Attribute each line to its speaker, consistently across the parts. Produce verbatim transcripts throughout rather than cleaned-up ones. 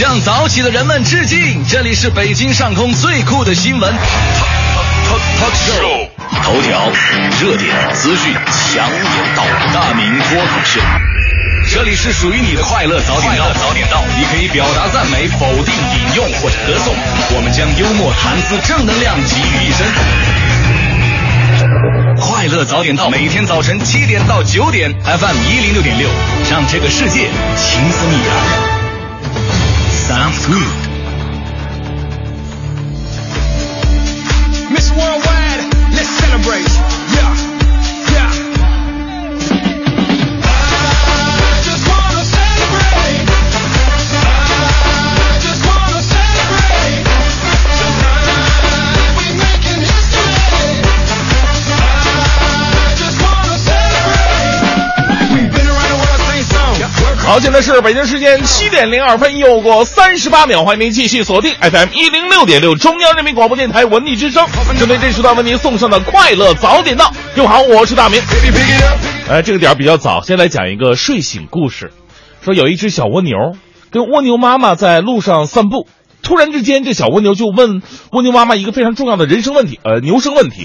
Speaker 1: 向早起的人们致敬，这里是北京上空最酷的新闻 Talk Show， 头条、热点、资讯、强有道，大明脱口秀。这里是属于你的快乐早点到，早点到，你可以表达赞美、否定、引用或者歌颂，我们将幽默、谈资、正能量集于一身。快乐早点到，每天早晨七点到九点 ，F M 一零六点六，让这个世界轻松一点。Sounds good.
Speaker 2: Miss Worldwide, let's celebrate. Yeah, yeah. I just wanna celebrate. I just wanna celebrate. Tonight we're making history. I just wanna celebrate. We've been around the world, sing song.
Speaker 3: 好，现在是北京时间七点零二分，又过三十八秒，欢迎您继续锁定 F M 一零六点六中央人民广播电台文艺之声，针对这时段为您送上的快乐早点到。各位好，我是大明。呃，这个点儿比较早，先来讲一个睡醒故事。说有一只小蜗牛跟蜗牛妈妈在路上散步，突然之间，这小蜗牛就问蜗牛妈妈一个非常重要的人生问题，呃，牛生问题。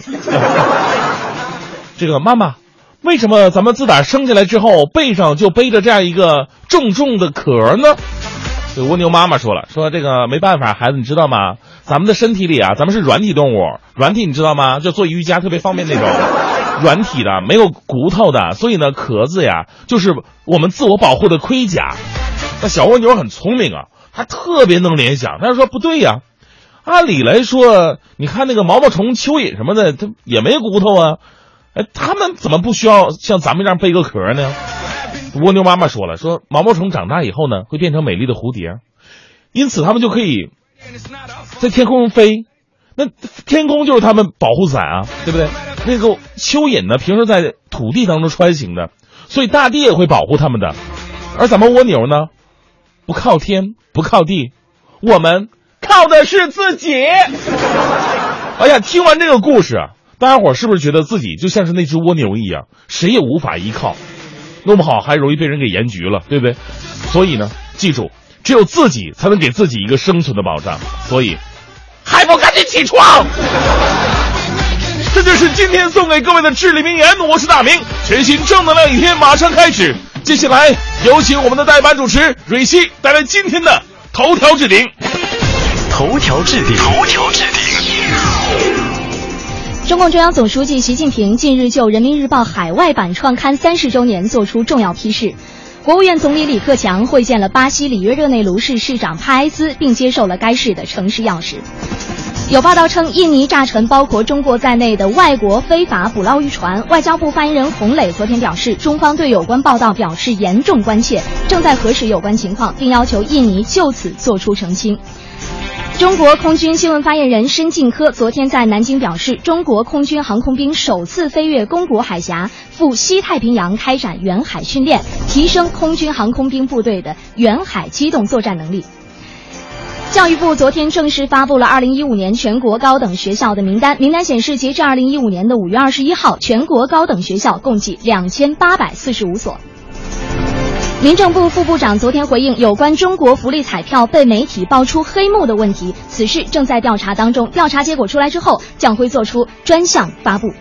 Speaker 3: 这个妈妈，为什么咱们自打生下来之后，背上就背着这样一个重重的壳呢？这蜗牛妈妈说了，说这个没办法，孩子你知道吗？咱们的身体里啊，咱们是软体动物，软体你知道吗？就做瑜伽特别方便那种软体的，没有骨头的，所以呢，壳子呀就是我们自我保护的盔甲。那小蜗牛很聪明啊，它特别能联想，但是说不对呀，按理来说，你看那个毛毛虫、蚯蚓什么的，它也没骨头啊。哎，他们怎么不需要像咱们这样背个壳呢？蜗牛妈妈说了，说毛毛虫长大以后呢，会变成美丽的蝴蝶，因此他们就可以在天空中飞。那天空就是他们保护伞啊，对不对？那个蚯蚓呢，平时在土地当中穿行的，所以大地也会保护他们的。而咱们蜗牛呢，不靠天，不靠地，我们靠的是自己。哎呀，听完这个故事啊，大家伙是不是觉得自己就像是那只蜗牛一样，谁也无法依靠，弄不好还容易被人给盐焗了，对不对？所以呢，记住，只有自己才能给自己一个生存的保障。所以，还不赶紧起床！这就是今天送给各位的至理名言。我是大明，全新正能量一天马上开始。接下来有请我们的代班主持蕊希带来今天的头条置顶。
Speaker 1: 头条置顶，头条置顶。
Speaker 4: 中共中央总书记习近平近日就《人民日报》海外版创刊三十周年作出重要批示。国务院总理李克强会见了巴西里约热内卢市市长帕埃兹，并接受了该市的城市钥匙。有报道称，印尼炸沉包括中国在内的外国非法捕捞渔船。外交部发言人洪磊昨天表示，中方对有关报道表示严重关切，正在核实有关情况，并要求印尼就此作出澄清。中国空军新闻发言人申进科昨天在南京表示，中国空军航空兵首次飞越公国海峡，赴西太平洋开展远海训练，提升空军航空兵部队的远海机动作战能力。教育部昨天正式发布了二零一五年全国高等学校的名单，名单显示，截至二零一五年的五月二十一号，全国高等学校共计两千八百四十五所。民政部副部长昨天回应有关中国福利彩票被媒体爆出黑幕的问题，此事正在调查当中，调查结果出来之后将会做出专项发布。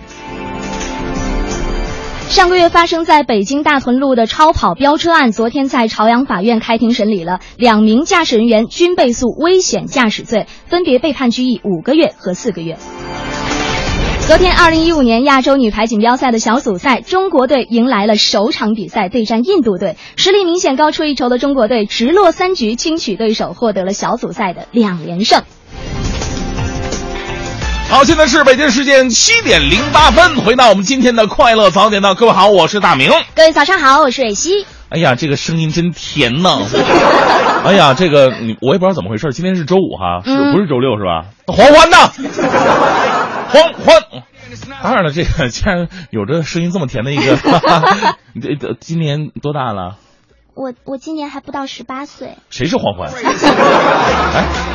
Speaker 4: 上个月发生在北京大屯路的超跑飙车案，昨天在朝阳法院开庭审理了，两名驾驶人员均被诉危险驾驶罪，分别被判拘役五个月和四个月。昨天二零一五年亚洲女排锦标赛的小组赛，中国队迎来了首场比赛对战印度队，实力明显高出一筹的中国队直落三局轻取对手，获得了小组赛的两连胜。
Speaker 3: 好，现在是北京时间七点零八分，回到我们今天的快乐早点到。各位好，我是大明。
Speaker 4: 各位早上好，我是蕊希。
Speaker 3: 哎呀，这个声音真甜呐！哎呀，这个我也不知道怎么回事，今天是周五哈，是、嗯、不是周六是吧？黄欢呢？黄欢，当然了，这个既然有着声音这么甜的一个，你这今年多大了？
Speaker 5: 我我今年还不到十八岁。
Speaker 3: 谁是黄欢？哎，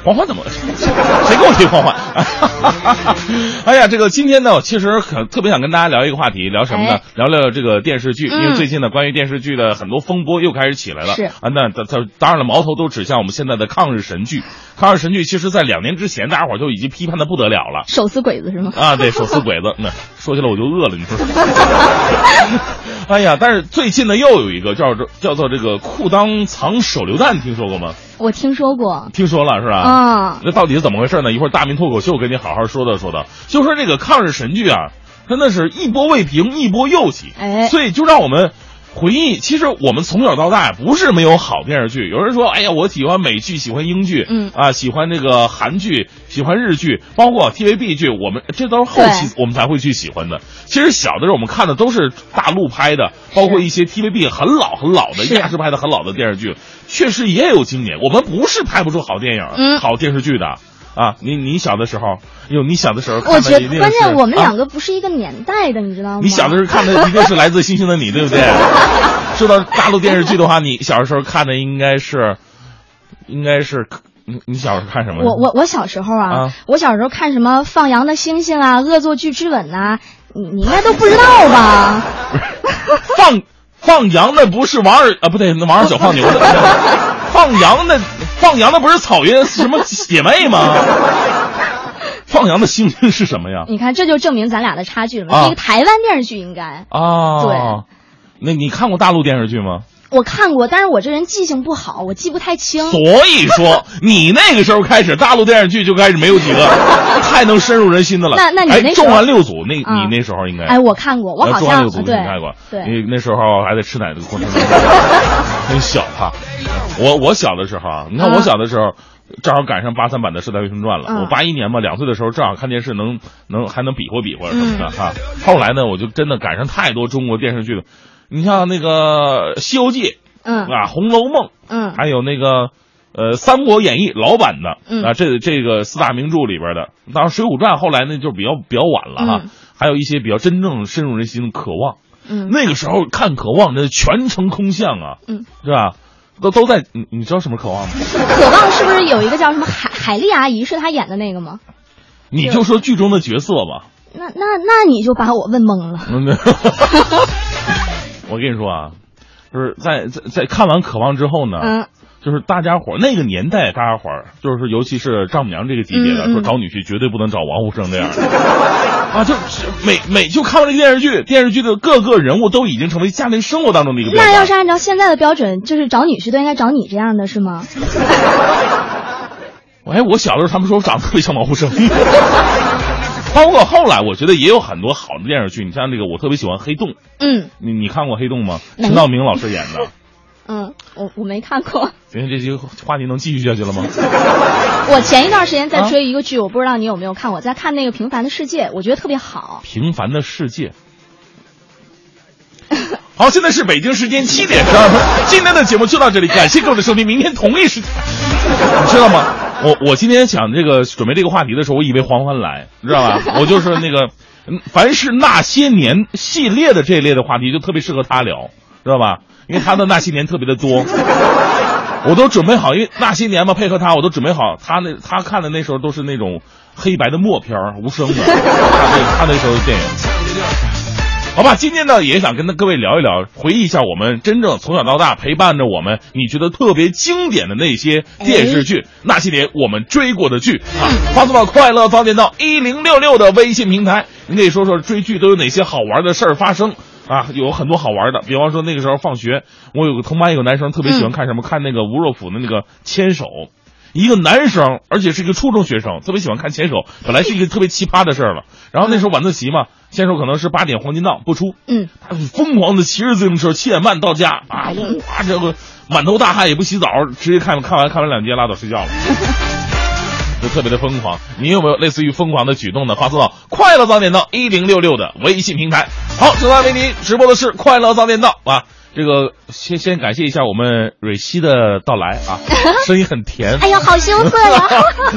Speaker 3: 黄欢怎么？谁给我提黄欢？哎呀，这个今天呢，其实可特别想跟大家聊一个话题，聊什么呢？
Speaker 4: 哎、
Speaker 3: 聊聊这个电视剧，
Speaker 4: 嗯、
Speaker 3: 因为最近呢，关于电视剧的很多风波又开始起来了。
Speaker 4: 是
Speaker 3: 啊，那当当然了，矛头都指向我们现在的抗日神剧。抗日神剧，其实在两年之前，大家伙就已经批判的不得了了。
Speaker 4: 手撕鬼子是吗？
Speaker 3: 啊，对，手撕鬼子。那说起来我就饿了，你说。哎呀，但是最近呢，又有一个叫做叫做这个裤裆藏手榴弹，听说过吗？
Speaker 4: 我听说过，
Speaker 3: 听说了是吧？
Speaker 4: 啊，
Speaker 3: 那到底是怎么回事呢？一会儿大明脱口秀跟你好好说道说道。就说这个抗日神剧啊，真的是一波未平，一波又起。
Speaker 4: 哎，
Speaker 3: 所以就让我们回忆，其实我们从小到大不是没有好电视剧。有人说，哎呀，我喜欢美剧，喜欢英剧，
Speaker 4: 嗯
Speaker 3: 啊，喜欢这个韩剧，喜欢日剧，包括 T V B 剧，我们这都是后期我们才会去喜欢的。其实小的时候我们看的都是大陆拍的，包括一些 T V B 很老很老的亚视拍的很老的电视剧，确实也有经典。我们不是拍不出好电影、
Speaker 4: 嗯、
Speaker 3: 好电视剧的。啊，你你小的时候，哟，你小的时候看的
Speaker 4: 我觉得关键我们两
Speaker 3: 啊
Speaker 4: 个不是一个年代的，你知道吗？
Speaker 3: 你小的时候看的一定是来自星星的你，对不对？说到大陆电视剧的话，你小的时候看的应该是，应该是你你小时候看什么？
Speaker 4: 我我我小时候啊，
Speaker 3: 啊
Speaker 4: 我小时候看什么《放羊的星星》啊，《恶作剧之吻》呐，你你应该都不知道吧？
Speaker 3: 放放羊的不是王二啊，不对，那王二小放牛的。放羊的放羊的不是草原什么姐妹吗？放羊的星星是什么呀？
Speaker 4: 你看，这就证明咱俩的差距了嘛。
Speaker 3: 啊、
Speaker 4: 是一个台湾电视剧，应该
Speaker 3: 啊。
Speaker 4: 对，
Speaker 3: 那你看过大陆电视剧吗？
Speaker 4: 我看过，但是我这人记性不好，我记不太清。
Speaker 3: 所以说，你那个时候开始，大陆电视剧就开始没有几个太能深入人心的了。
Speaker 4: 那那你那
Speaker 3: 时候，哎，重案六组，那、
Speaker 4: 啊、
Speaker 3: 你那时候应该
Speaker 4: 哎，我看过，我好像
Speaker 3: 重案六组
Speaker 4: 对
Speaker 3: 你看过，
Speaker 4: 对，
Speaker 3: 你那时候还在吃奶的过程中，很小哈。我我小的时候啊，你看我小的时候。啊正好赶上八三版的《射雕英雄传》了。
Speaker 4: 嗯、
Speaker 3: 我八一年嘛，两岁的时候正好看电视能，能能还能比划比划什么的哈、嗯。后来呢，我就真的赶上太多中国电视剧了。你像那个《西游记》，
Speaker 4: 嗯
Speaker 3: 啊，《红楼梦》，
Speaker 4: 嗯，
Speaker 3: 还有那个呃《三国演义》老版的，
Speaker 4: 嗯
Speaker 3: 啊，这这个四大名著里边的。当然，《水浒传》后来呢就比较比较晚了哈、
Speaker 4: 嗯。
Speaker 3: 还有一些比较真正深入人心的《渴望》。
Speaker 4: 嗯，
Speaker 3: 那个时候看《渴望》那全程空巷啊，
Speaker 4: 嗯，
Speaker 3: 是吧？都都在你你知道什么渴望吗？
Speaker 4: 渴望是不是有一个叫什么海海丽阿姨是她演的那个吗？
Speaker 3: 你就说剧中的角色吧。
Speaker 4: 那那那你就把我问懵了。
Speaker 3: 我跟你说啊，就是在在在看完渴望之后呢，
Speaker 4: 嗯，
Speaker 3: 就是大家伙那个年代，大家伙就是尤其是丈母娘这个级别的，
Speaker 4: 嗯嗯
Speaker 3: 说找女婿绝对不能找王沪生这样的啊，就每每就看完这个电视剧，电视剧的各个人物都已经成为家庭生活当中的一个标准。
Speaker 4: 那要是按照现在的标准，就是找女婿都应该找你这样的是吗？
Speaker 3: 哎，我小的时候他们说我长得特别像王沪生。包括后来，我觉得也有很多好的电视剧。你像这个，我特别喜欢《黑洞》。
Speaker 4: 嗯，
Speaker 3: 你你看过《黑洞》吗？陈道明老师演的。
Speaker 4: 嗯，我我没看过。
Speaker 3: 今天这期话题能继续下去了吗？
Speaker 4: 我前一段时间在追一个剧，啊、我不知道你有没有看，我在看那个《平凡的世界》，我觉得特别好。
Speaker 3: 平凡的世界。好，现在是北京时间七点十二分，今天的节目就到这里，感谢各位的收听，明天同一时间，你知道吗？我我今天想这个准备这个话题的时候，我以为黄欢来，你知道吧？我就是那个，凡是那些年系列的这一类的话题，就特别适合他聊，知道吧？因为他的那些年特别的多，我都准备好，因为那些年嘛，配合他，我都准备好，他那他看的那时候都是那种黑白的默片无声的，他那他那时候的电影。好吧，今天呢也想跟各位聊一聊，回忆一下我们真正从小到大陪伴着我们，你觉得特别经典的那些电视剧，那些年我们追过的剧啊。发送到快乐早点到一零六六的微信平台，您可以说说追剧都有哪些好玩的事儿发生啊？有很多好玩的，比方说那个时候放学，我有个同班有个男生特别喜欢看什么，看那个吴若甫的那个牵手。一个男生，而且是一个初中学生，特别喜欢看牵手，本来是一个特别奇葩的事儿了。然后那时候晚自习嘛，牵手可能是八点黄金档播出，
Speaker 4: 嗯，
Speaker 3: 他就疯狂的骑着自行车，七点半到家啊，哇，这个满头大汗也不洗澡，直接看看完看完两节拉倒睡觉了，就特别的疯狂。你有没有类似于疯狂的举动呢？发送到快乐早点到一零六六的微信平台。好，正在为您直播的是快乐早点到啊。这个先先感谢一下我们蕊希的到来啊，声音很甜。
Speaker 4: 哎呀，好羞涩呀！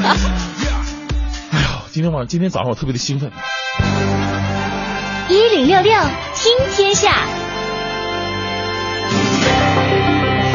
Speaker 3: 哎呦，今天晚上今天早上我特别的兴奋。
Speaker 5: 一零六六听天下。
Speaker 4: 看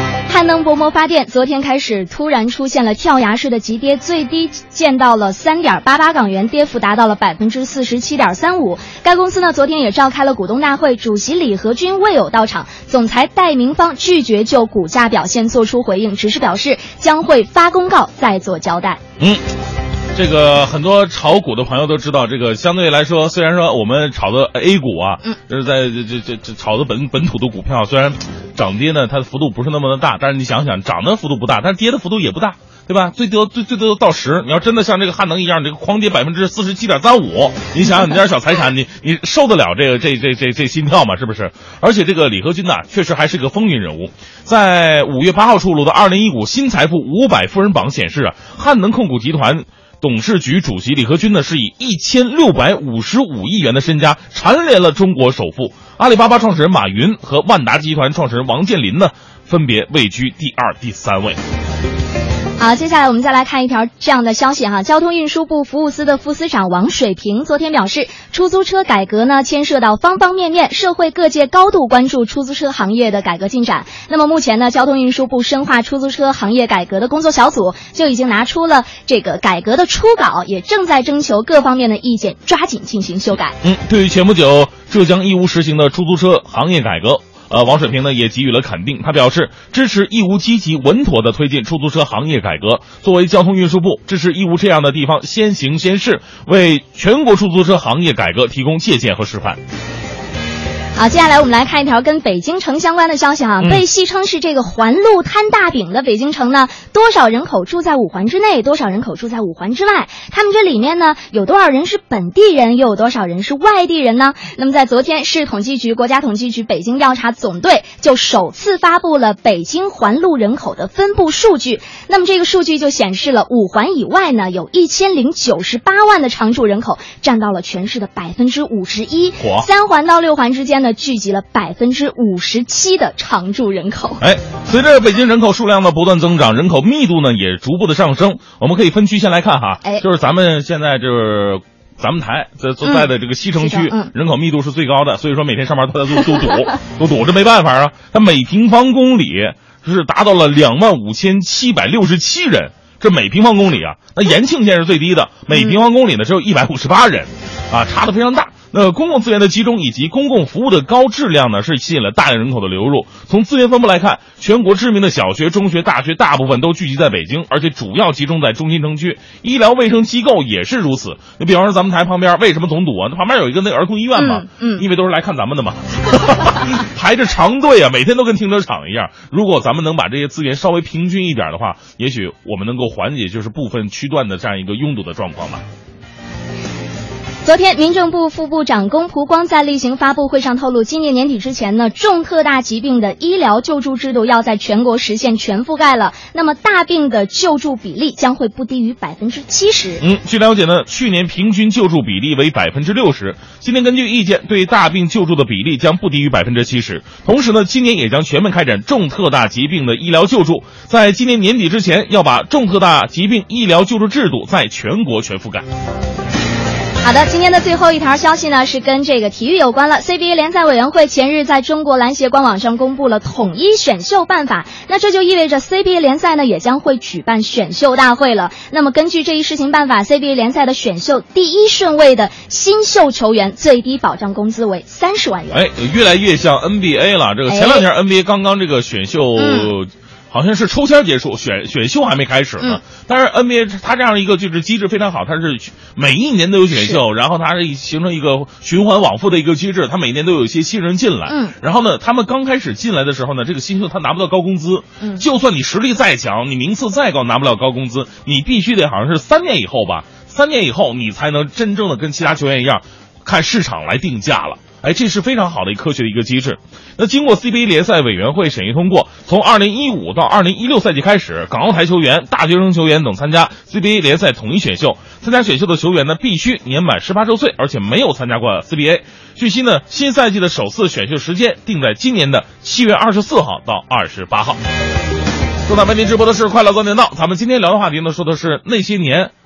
Speaker 4: 汉能薄膜发电昨天开始突然出现了跳崖式的急跌，最低见到了三点八八港元，跌幅达到了百分之四十七点三五。该公司呢昨天也召开了股东大会，主席李河君未有到场，总裁戴明芳拒绝就股价表现做出回应，只是表示将会发公告再做交代。
Speaker 3: 嗯。这个很多炒股的朋友都知道，这个相对来说，虽然说我们炒的 A 股啊，嗯，就是在这这这这炒的本本土的股票，虽然涨跌呢它的幅度不是那么的大，但是你想想，涨的幅度不大，但是跌的幅度也不大，对吧？最多最最多到十，你要真的像这个汉能一样，这个狂跌百分之四十七点三五，你想想你这点小财产，你你受得了这个这这这这心跳吗？是不是？而且这个李河君呢，确实还是个风云人物。在五月八号出炉的二零一五新财富五百富人榜显示啊，汉能控股集团董事局主席李河君呢，是以一千六百五十五亿元的身家蝉联了中国首富。阿里巴巴创始人马云和万达集团创始人王健林呢，分别位居第二、第三位。
Speaker 4: 好，接下来我们再来看一条这样的消息哈。交通运输部服务司的副司长王水平昨天表示，出租车改革呢牵涉到方方面面，社会各界高度关注出租车行业的改革进展。那么目前呢，交通运输部深化出租车行业改革的工作小组就已经拿出了这个改革的初稿，也正在征求各方面的意见，抓紧进行修改。
Speaker 3: 嗯，对于前不久浙江义乌实行的出租车行业改革，呃，王水平呢也给予了肯定，他表示支持义乌积极稳妥地推进出租车行业改革。作为交通运输部，支持义乌这样的地方先行先试，为全国出租车行业改革提供借鉴和示范。
Speaker 4: 好，接下来我们来看一条跟北京城相关的消息哈、嗯。被戏称是这个环路摊大饼的北京城呢，多少人口住在五环之内，多少人口住在五环之外？他们这里面呢，有多少人是本地人，又有多少人是外地人呢？那么在昨天，市统计局、国家统计局北京调查总队就首次发布了北京环路人口的分布数据。那么这个数据就显示了五环以外呢，有一千零九十八万的常住人口，占到了全市的百分之五十一。三环到六环之间呢，聚集了百分之五十七的常住人口。
Speaker 3: 哎，随着北京人口数量的不断增长，人口密度呢也逐步的上升。我们可以分区先来看哈，哎，就是咱们现在就是咱们台在所在的这个西城区、嗯、人口密度是最高的，所以说每天上班都在都都堵都堵，这没办法啊。它每平方公里是达到了两万五千七百六十七人，这每平方公里啊，那延庆县是最低的，每平方公里呢只有一百五十八人，啊，差得非常大。那公共资源的集中以及公共服务的高质量呢，是吸引了大量人口的流入。从资源分布来看，全国知名的小学、中学、大学大部分都聚集在北京，而且主要集中在中心城区。医疗卫生机构也是如此。你比方说咱们台旁边为什么总堵啊？那旁边有一个那个儿童医院嘛，嗯，嗯因为都是来看咱们的嘛，排着长队啊，每天都跟停车场一样。如果咱们能把这些资源稍微平均一点的话，也许我们能够缓解就是部分区段的这样一个拥堵的状况吧。
Speaker 4: 昨天，民政部副部长龚蒲光在例行发布会上透露，今年年底之前呢，重特大疾病的医疗救助制度要在全国实现全覆盖了。那么大病的救助比例将会不低于百分之七十。
Speaker 3: 嗯，据了解呢，去年平均救助比例为百分之六十，今年根据意见，对大病救助的比例将不低于百分之七十。同时呢，今年也将全面开展重特大疾病的医疗救助，在今年年底之前，要把重特大疾病医疗救助制度在全国全覆盖。
Speaker 4: 好的，今天的最后一条消息呢，是跟这个体育有关了。C B A 联赛委员会前日在中国篮协官网上公布了统一选秀办法，那这就意味着 C B A 联赛呢也将会举办选秀大会了。那么根据这一施行办法， C B A 联赛的选秀第一顺位的新秀球员最低保障工资为三十万元。
Speaker 3: 哎，越来越像 N B A 了。这个前两天 N B A 刚刚这个选秀、嗯好像是抽签结束，选选秀还没开始呢。嗯、但是 N B A 它这样一个就是机制非常好，它是每一年都有选秀，然后它是形成一个循环往复的一个机制，它每年都有一些新人进来。嗯，然后呢，他们刚开始进来的时候呢，这个新秀他拿不到高工资。嗯，就算你实力再强，你名次再高，拿不了高工资，你必须得好像是三年以后吧，三年以后你才能真正的跟其他球员一样，看市场来定价了。哎，这是非常好的科学的一个机制。那经过 C B A 联赛委员会审议通过，从二零一五到二零一六赛季开始，港澳台球员、大学生球员等参加 C B A 联赛统一选秀。参加选秀的球员呢，必须年满十八周岁，而且没有参加过 C B A。据悉呢，新赛季的首次选秀时间定在今年的七月二十四号到二十八号。正在为您直播的是快乐早点到，咱们今天聊的话题呢，说的是那些年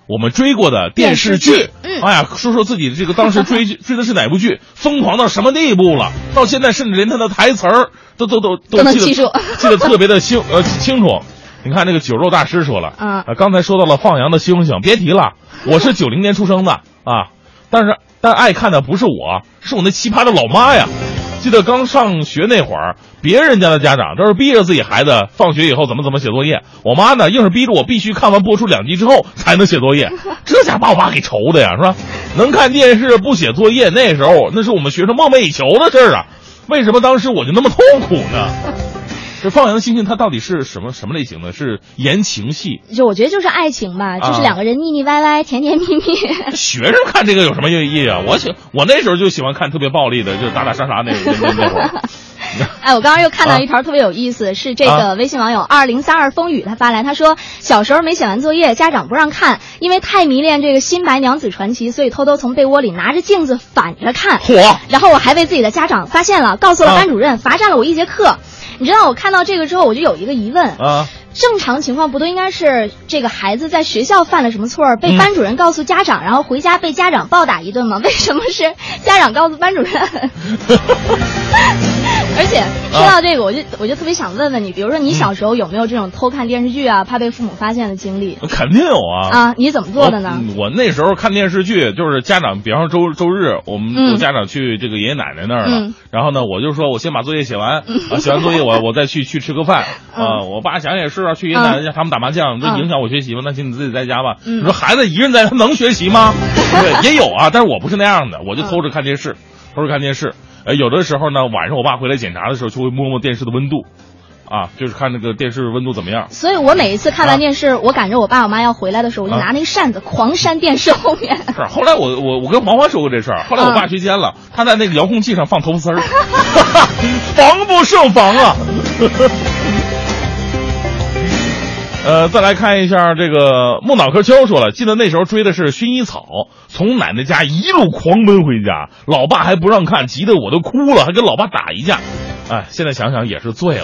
Speaker 3: 我们追过的电视剧。
Speaker 4: 电视剧嗯、
Speaker 3: 哎呀，说说自己这个当时追追的是哪部剧，疯狂到什么地步了？到现在甚至连他的台词儿都都都
Speaker 4: 都能记住，
Speaker 3: 记得特别的清呃清楚。你看那个酒肉大师说了，
Speaker 4: 嗯，
Speaker 3: 呃，刚才说到了放羊的星星，别提了，我是九零年出生的啊，但是但爱看的不是我，是我那奇葩的老妈呀。记得刚上学那会儿，别人家的家长都是逼着自己孩子放学以后怎么怎么写作业，我妈呢硬是逼着我必须看完播出两集之后才能写作业，这下把我妈给愁的呀，是吧？能看电视不写作业，那时候那是我们学生梦寐以求的事儿啊，为什么当时我就那么痛苦呢？这放羊的星星它到底是什么什么类型的？是言情戏？
Speaker 4: 就我觉得就是爱情吧，就是两个人腻腻歪歪、甜甜蜜蜜。
Speaker 3: 学生看这个有什么意义啊？我喜我那时候就喜欢看特别暴力的，就是打打杀杀那那那那会儿。
Speaker 4: 哎，我刚刚又看到一条特别有意思，啊、是这个微信网友二零三二风雨他发来，他说小时候没写完作业，家长不让看，因为太迷恋这个新白娘子传奇，所以偷偷从被窝里拿着镜子反着看。
Speaker 3: 嚯！
Speaker 4: 然后我还被自己的家长发现了，告诉了班主任，啊、罚站了我一节课。你知道我看到这个之后，我就有一个疑问啊。正常情况不都应该是这个孩子在学校犯了什么错，被班主任告诉家长，嗯、然后回家被家长暴打一顿吗？为什么是家长告诉班主任？而且说到这个，我就我就特别想问问你，比如说你小时候有没有这种偷看电视剧啊，怕被父母发现的经历？
Speaker 3: 肯定有啊！
Speaker 4: 啊，你怎么做的呢？
Speaker 3: 我, 我那时候看电视剧，就是家长，比方说周周日，我们我家长去这个爷爷奶奶那儿了，嗯、然后呢，我就说我先把作业写完，嗯、啊，写完作业我我再去去吃个饭。嗯、啊，我爸想也是啊，去爷爷奶奶家他们打麻将，这影响我学习吗？那行你自己在家吧。嗯、你说孩子一个人在家他能学习吗？对，也有啊，但是我不是那样的，我就偷着看电视，偷着看电视。呃，有的时候呢，晚上我爸回来检查的时候，就会摸摸电视的温度，啊，就是看那个电视温度怎么样。
Speaker 4: 所以我每一次看完电视，啊、我赶着我爸我妈要回来的时候，我就拿那个扇子狂扇电视后面。
Speaker 3: 是，后来我我我跟黄欢说过这事儿，后来我爸学奸了，他在那个遥控器上放头发丝儿，防不胜防啊。呃，再来看一下这个木脑壳秋说了，记得那时候追的是薰衣草，从奶奶家一路狂奔回家，老爸还不让看，急得我都哭了，还跟老爸打一架。哎，现在想想也是醉了。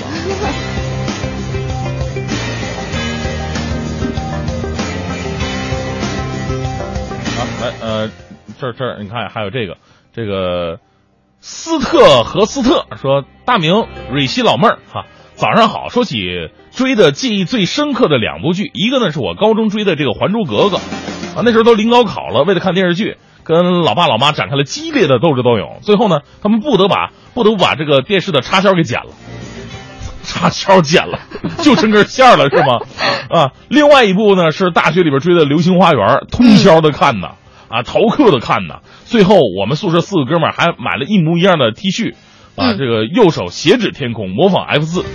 Speaker 3: 啊，来，呃，这这儿你看还有这个这个斯特和斯特说，大明蕊希老妹儿哈。早上好，说起追的记忆最深刻的两部剧，一个呢是我高中追的这个《还珠格格》，啊，那时候都临高考了，为了看电视剧，跟老爸老妈展开了激烈的斗智斗勇，最后呢，他们不得把不得不把这个电视的插销给剪了，插销剪了，就剩根线了，是吗？啊，另外一部呢是大学里边追的《流星花园》，通宵的看呢，啊，逃课的看呢，最后我们宿舍四个哥们儿还买了一模一样的 T 恤。啊，这个右手斜指天空，模仿 F 四，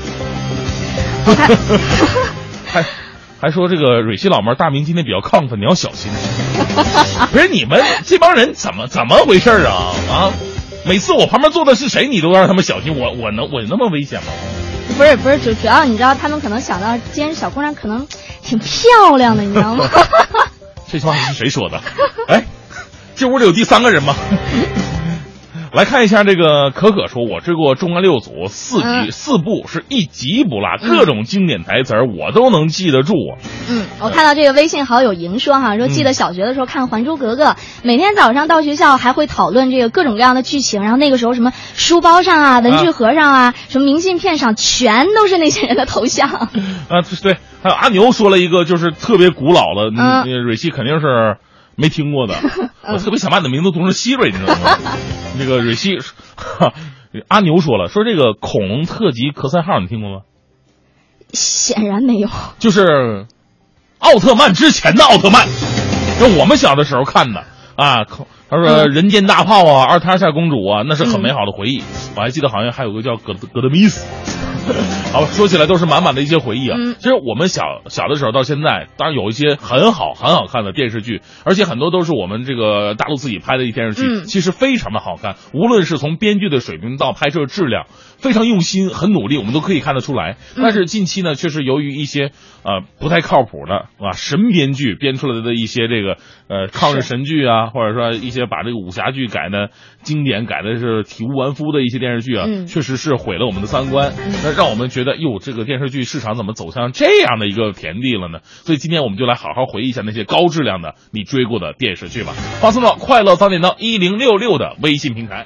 Speaker 3: 还还说这个蕊希老妹儿，大明今天比较亢奋，你要小心。不是你们这帮人怎么怎么回事啊？啊，每次我旁边坐的是谁，你都让他们小心，我我能我那么危险吗？
Speaker 4: 不是不是，主主要你知道，他们可能想到今天小姑娘可能挺漂亮的，你知道吗？
Speaker 3: 这句话是谁说的？哎，这屋里有第三个人吗？来看一下这个可可说，我追过《重案六组》四集、嗯、四部，是一集不落，各种经典台词儿我都能记得住啊。
Speaker 4: 嗯，我看到这个微信好友莹说哈，说记得小学的时候看《还珠格格》，嗯、每天早上到学校还会讨论这个各种各样的剧情，然后那个时候什么书包上啊、文具盒上啊、啊什么明信片上，全都是那些人的头像。啊，
Speaker 3: 对，还有阿牛说了一个就是特别古老的，嗯，蕊希肯定是没听过的，我特别想把你的名字读成希瑞，你知道吗？这个蕊希，阿牛说了，说这个恐龙特级咳赛号你听过吗？
Speaker 4: 显然没有，
Speaker 3: 就是奥特曼之前的奥特曼，就我们小的时候看的啊。他说人间大炮啊，阿尔塔夏公主啊，那是很美好的回忆。嗯、我还记得好像还有个叫葛葛德米斯。好，说起来都是满满的一些回忆啊。嗯、其实我们小小的时候到现在，当然有一些很好很好看的电视剧，而且很多都是我们这个大陆自己拍的一电视剧，嗯、其实非常的好看。无论是从编剧的水平到拍摄质量，非常用心，很努力，我们都可以看得出来。但是近期呢，确实由于一些呃不太靠谱的啊神编剧编出来的一些这个呃抗日神剧啊，或者说一些把这个武侠剧改的经典改的是体无完肤的一些电视剧啊，嗯、确实是毁了我们的三观。那、嗯、 让我们觉得哟，这个电视剧市场怎么走向这样的一个田地了呢？所以今天我们就来好好回忆一下那些高质量的你追过的电视剧吧。发送到快乐早点到一零六六的微信平台。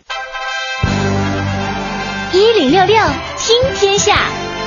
Speaker 5: 一零六六听天下。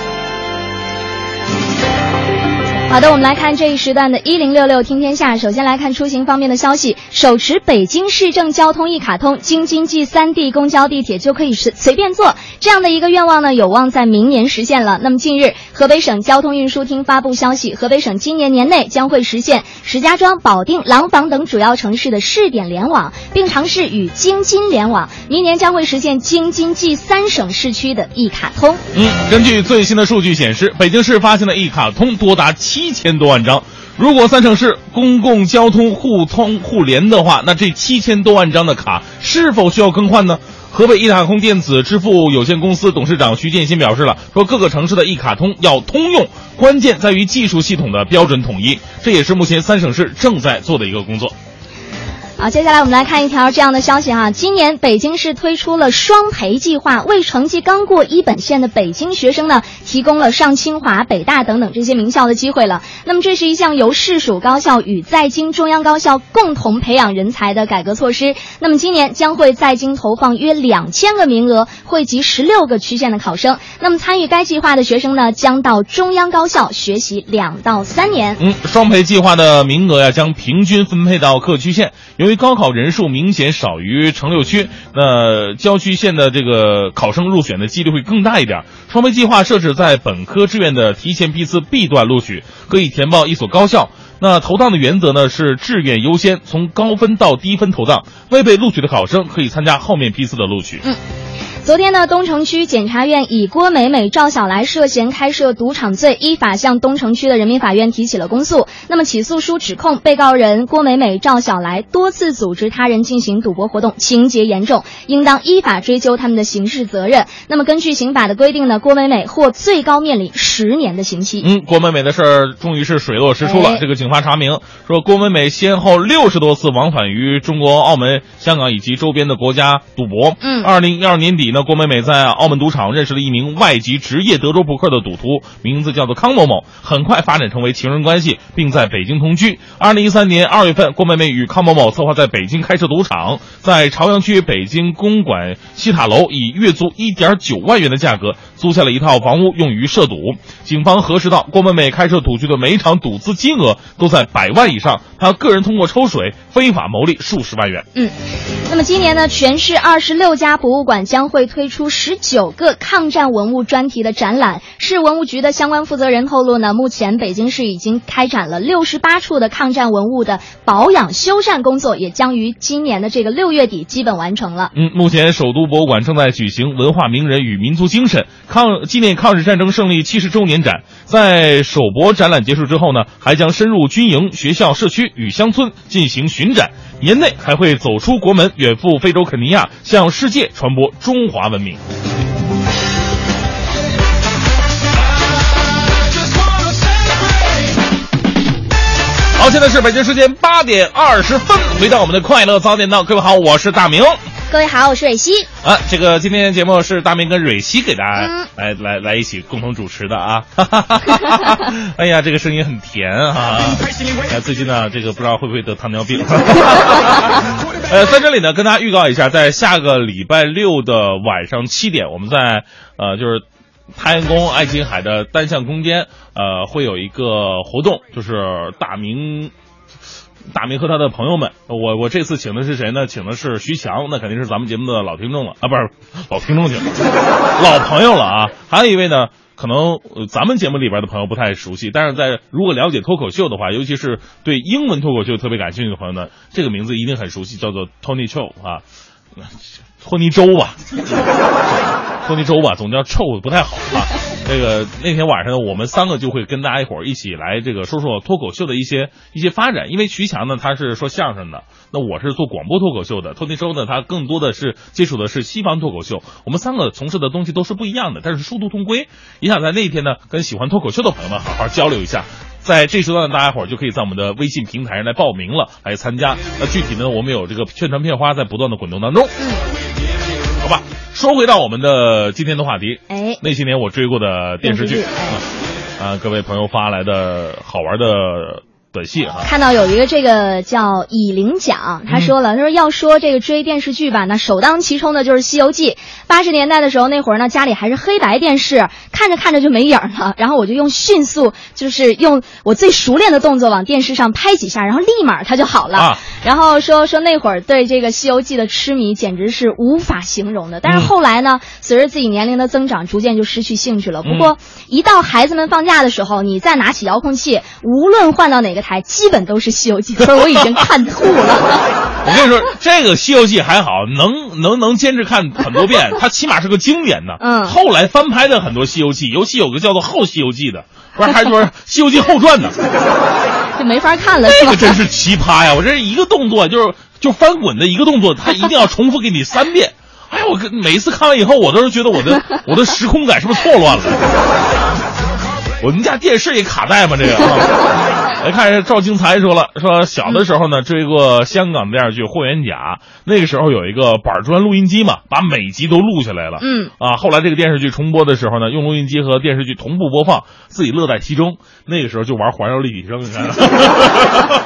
Speaker 4: 好的，我们来看这一时段的一零六六听天下。首先来看出行方面的消息，手持北京市政交通一卡通，京津冀三地公交地铁就可以随随便坐，这样的一个愿望呢，有望在明年实现了。那么近日，河北省交通运输厅发布消息，河北省今年年内将会实现石家庄、保定、廊坊等主要城市的试点联网，并尝试与京津联网，明年将会实现京津冀三省市区的一卡通。
Speaker 3: 嗯，根据最新的数据显示，北京市发行的一卡通多达七千多万张。如果三省市公共交通互通互联的话，那这七千多万张的卡是否需要更换呢？河北一卡通电子支付有限公司董事长徐建新表示了，说各个城市的一卡通要通用，关键在于技术系统的标准统一，这也是目前三省市正在做的一个工作。
Speaker 4: 好，接下来我们来看一条这样的消息哈。今年北京市推出了双培计划，为成绩刚过一本线的北京学生呢，提供了上清华、北大等等这些名校的机会了。那么这是一项由市属高校与在京中央高校共同培养人才的改革措施。那么今年将会在京投放约两千个名额，惠及十六个区县的考生。那么参与该计划的学生呢，将到中央高校学习两到三年。
Speaker 3: 嗯，双培计划的名额呀，将平均分配到各区县。由于高考人数明显少于城六区，那郊区县的这个考生入选的几率会更大一点。双培计划设置在本科志愿的提前批次 B 段录取，可以填报一所高校。那投档的原则呢是志愿优先，从高分到低分投档，未被录取的考生可以参加后面批次的录取。
Speaker 4: 嗯。昨天呢，东城区检察院以郭美美、赵小来涉嫌开设赌场罪，依法向东城区的人民法院提起了公诉。那么起诉书指控被告人郭美美、赵小来多次组织他人进行赌博活动，情节严重，应当依法追究他们的刑事责任。那么根据刑法的规定呢，郭美美或最高面临十年的刑期。
Speaker 3: 嗯，郭美美的事儿终于是水落石出了。哎、这个警方查明说，郭美美先后六十多次往返于中国、澳门、香港以及周边的国家赌博。
Speaker 4: 嗯，
Speaker 3: 二零一二年底呢，郭美美在澳门赌场认识了一名外籍职业德州扑克的赌徒，名字叫做康某某，很快发展成为情人关系，并在北京同居。二零一三年二月份，郭美美与康某某策划在北京开设赌场，在朝阳区北京公馆西塔楼以月租 一点九万元的价格租下了一套房屋用于涉赌。警方核实到，郭美美开设赌局的每一场赌资金额都在百万以上，她个人通过抽水非法牟利数十万元。
Speaker 4: 嗯，那么今年呢，全市二十六家博物馆将会推出十九个抗战文物专题的展览。市文物局的相关负责人透露呢，目前北京市已经开展了六十八处的抗战文物的保养修缮工作，也将于今年的这个六月底基本完成了。
Speaker 3: 嗯，目前首都博物馆正在举行文化名人与民族精神抗纪念抗日战争胜利七十周年展，在首博展览结束之后呢，还将深入军营、学校、社区与乡村进行巡展，年内还会走出国门，远赴非洲肯尼亚，向世界传播中华文明。好，现在是北京时间八点二十分，回到我们的快乐早点到，各位好，我是大明。
Speaker 4: 各位好，我是蕊希。
Speaker 3: 啊，这个今天的节目是大明跟蕊希给大家、
Speaker 4: 嗯、来
Speaker 3: 来来一起共同主持的啊。哎呀，这个声音很甜啊。哎，最近呢，这个不知道会不会得糖尿病。呃，在这里呢，跟大家预告一下，在下个礼拜六的晚上七点，我们在呃就是太阳宫爱琴海的单向空间，呃，会有一个活动，就是大明。大明和他的朋友们，我我这次请的是谁呢？请的是徐强，那肯定是咱们节目的老听众了啊，不是老听众去了，老朋友了啊。还有一位呢，可能、呃、咱们节目里边的朋友不太熟悉，但是在如果了解脱口秀的话，尤其是对英文脱口秀特别感兴趣的朋友呢，这个名字一定很熟悉，叫做 Tony Chou 啊，托尼周吧，托尼周吧，总叫臭不太好啊。这个那天晚上呢，我们三个就会跟大家一伙儿一起来这个说说脱口秀的一些一些发展。因为徐强呢他是说相声的，那我是做广播脱口秀的，托尼周呢他更多的是接触的是西方脱口秀。我们三个从事的东西都是不一样的，但是殊途同归。也想在那一天呢跟喜欢脱口秀的朋友们好好交流一下。在这时段大家伙儿就可以在我们的微信平台上来报名了，来参加。那具体呢，我们有这个宣传片花在不断的滚动当中。
Speaker 4: 嗯。
Speaker 3: 好吧，说回到我们的今天的话题，
Speaker 4: 哎，
Speaker 3: 那些年我追过的电视剧，
Speaker 4: 电视剧
Speaker 3: 啊，啊，各位朋友发来的好玩的短信啊，
Speaker 4: 看到有一个这个叫以灵奖，他说了，他说要说这个追电视剧吧，那首当其冲的就是《西游记》。八十年代的时候，那会儿呢家里还是黑白电视，看着看着就没影了，然后我就用迅速，就是用我最熟练的动作往电视上拍几下，然后立马它就好了。
Speaker 3: 啊、
Speaker 4: 然后说说那会儿对这个《西游记》的痴迷简直是无法形容的。但是后来呢，随着自己年龄的增长，逐渐就失去兴趣了。不过一到孩子们放假的时候，你再拿起遥控器，无论换到哪个台，基本都是《西游记》，可是我已经看吐了。
Speaker 3: 我跟你说，这个《西游记》还好，能能能坚持看很多遍，它起码是个经典的。
Speaker 4: 嗯，
Speaker 3: 后来翻拍的很多《西游记》，尤其有个叫做《后西游记》的，不是还说《西游记后传》的，
Speaker 4: 就没法看了。
Speaker 3: 这个真是奇葩呀！我这一个动作就是就翻滚的一个动作，他一定要重复给你三遍。哎呀，我每一次看完以后，我都是觉得我的我的时空感是不是错乱了？我们家电视也卡带吗？这个。来看一下，赵金才说了，说小的时候呢追过香港电视剧《霍元甲》，那个时候有一个板砖录音机嘛，把每集都录下来了。
Speaker 4: 嗯
Speaker 3: 啊，后来这个电视剧重播的时候呢，用录音机和电视剧同步播放，自己乐在其中。那个时候就玩环绕立体声，你看。